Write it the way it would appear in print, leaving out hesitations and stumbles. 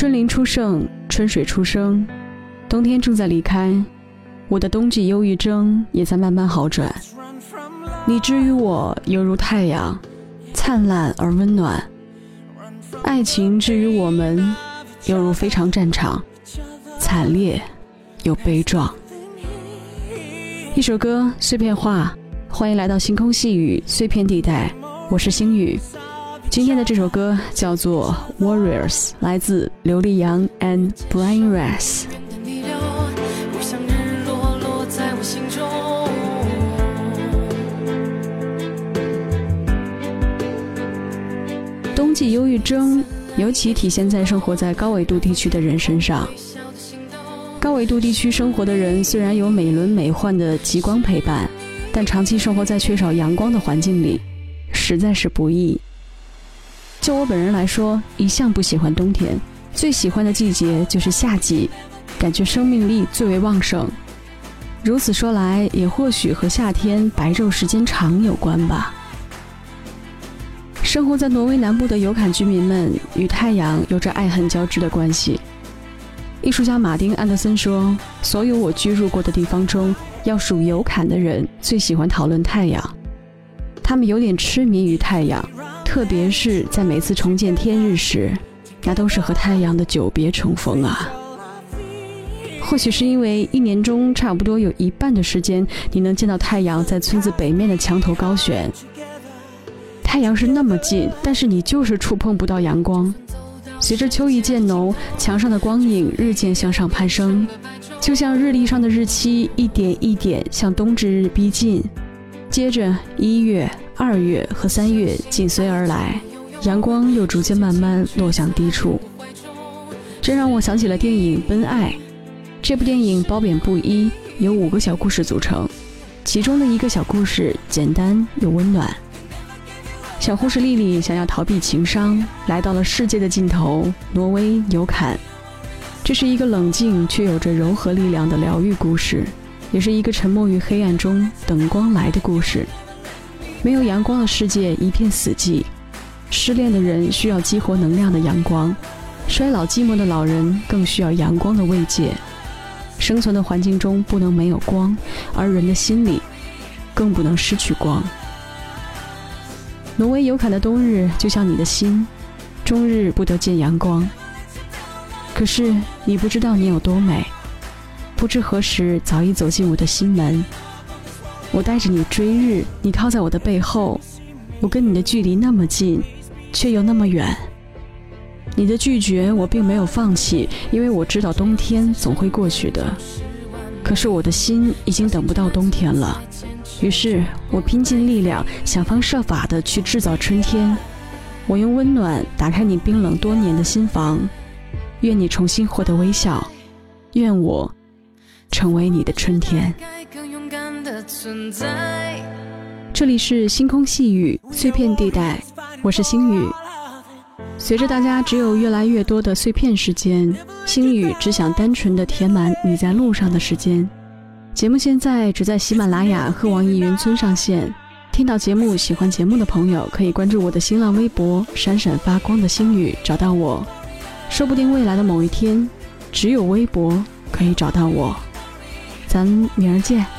春林初盛，春水初生，冬天正在离开，我的冬季忧郁症也在慢慢好转。你之于我犹如太阳，灿烂而温暖。爱情之于我们犹如非常战场，惨烈又悲壮。一首歌，碎片化，欢迎来到星空细雨碎片地带，我是星宇。今天的这首歌叫做 Warriors， 来自刘力扬 and Brian Ress。冬季忧郁症尤其体现在生活在高纬度地区的人身上。高纬度地区生活的人虽然有美轮美奂的极光陪伴，但长期生活在缺少阳光的环境里，实在是不易。就我本人来说，一向不喜欢冬天，最喜欢的季节就是夏季，感觉生命力最为旺盛。如此说来，也或许和夏天白昼时间长有关吧。生活在挪威南部的尤坎居民们与太阳有着爱恨交织的关系。艺术家马丁·安德森说，所有我居入过的地方中，要数尤坎的人最喜欢讨论太阳。他们有点痴迷于太阳，特别是在每次重见天日时，那都是和太阳的久别重逢啊。或许是因为一年中差不多有一半的时间，你能见到太阳在村子北面的墙头高悬。太阳是那么近，但是你就是触碰不到阳光。随着秋意渐浓，墙上的光影日渐向上攀升，就像日历上的日期一点一点向冬至日逼近。接着1月、2月和3月紧随而来，阳光又逐渐慢慢落向低处。这让我想起了电影《奔爱》。这部电影褒贬不一，由5个小故事组成，其中的一个小故事简单又温暖。小护士莉莉想要逃避情伤，来到了世界的尽头挪威尤坎。这是一个冷静却有着柔和力量的疗愈故事，也是一个沉默于黑暗中等光来的故事。没有阳光的世界一片死寂，失恋的人需要激活能量的阳光，衰老寂寞的老人更需要阳光的慰藉。生存的环境中不能没有光，而人的心里更不能失去光。挪威尤坎的冬日就像你的心，终日不得见阳光。可是你不知道你有多美，不知何时早已走进我的心门。我带着你追日，你靠在我的背后，我跟你的距离那么近，却又那么远。你的拒绝我并没有放弃，因为我知道冬天总会过去的。可是我的心已经等不到冬天了，于是我拼尽力量，想方设法地去制造春天。我用温暖打开你冰冷多年的心房，愿你重新获得微笑，愿我成为你的春天。这里是星空细雨碎片地带，我是星宇。随着大家只有越来越多的碎片时间，星宇只想单纯地填满你在路上的时间。节目现在只在喜马拉雅和网易云村上线，听到节目喜欢节目的朋友可以关注我的新浪微博闪闪发光的星宇找到我，说不定未来的某一天只有微博可以找到我。咱明儿见。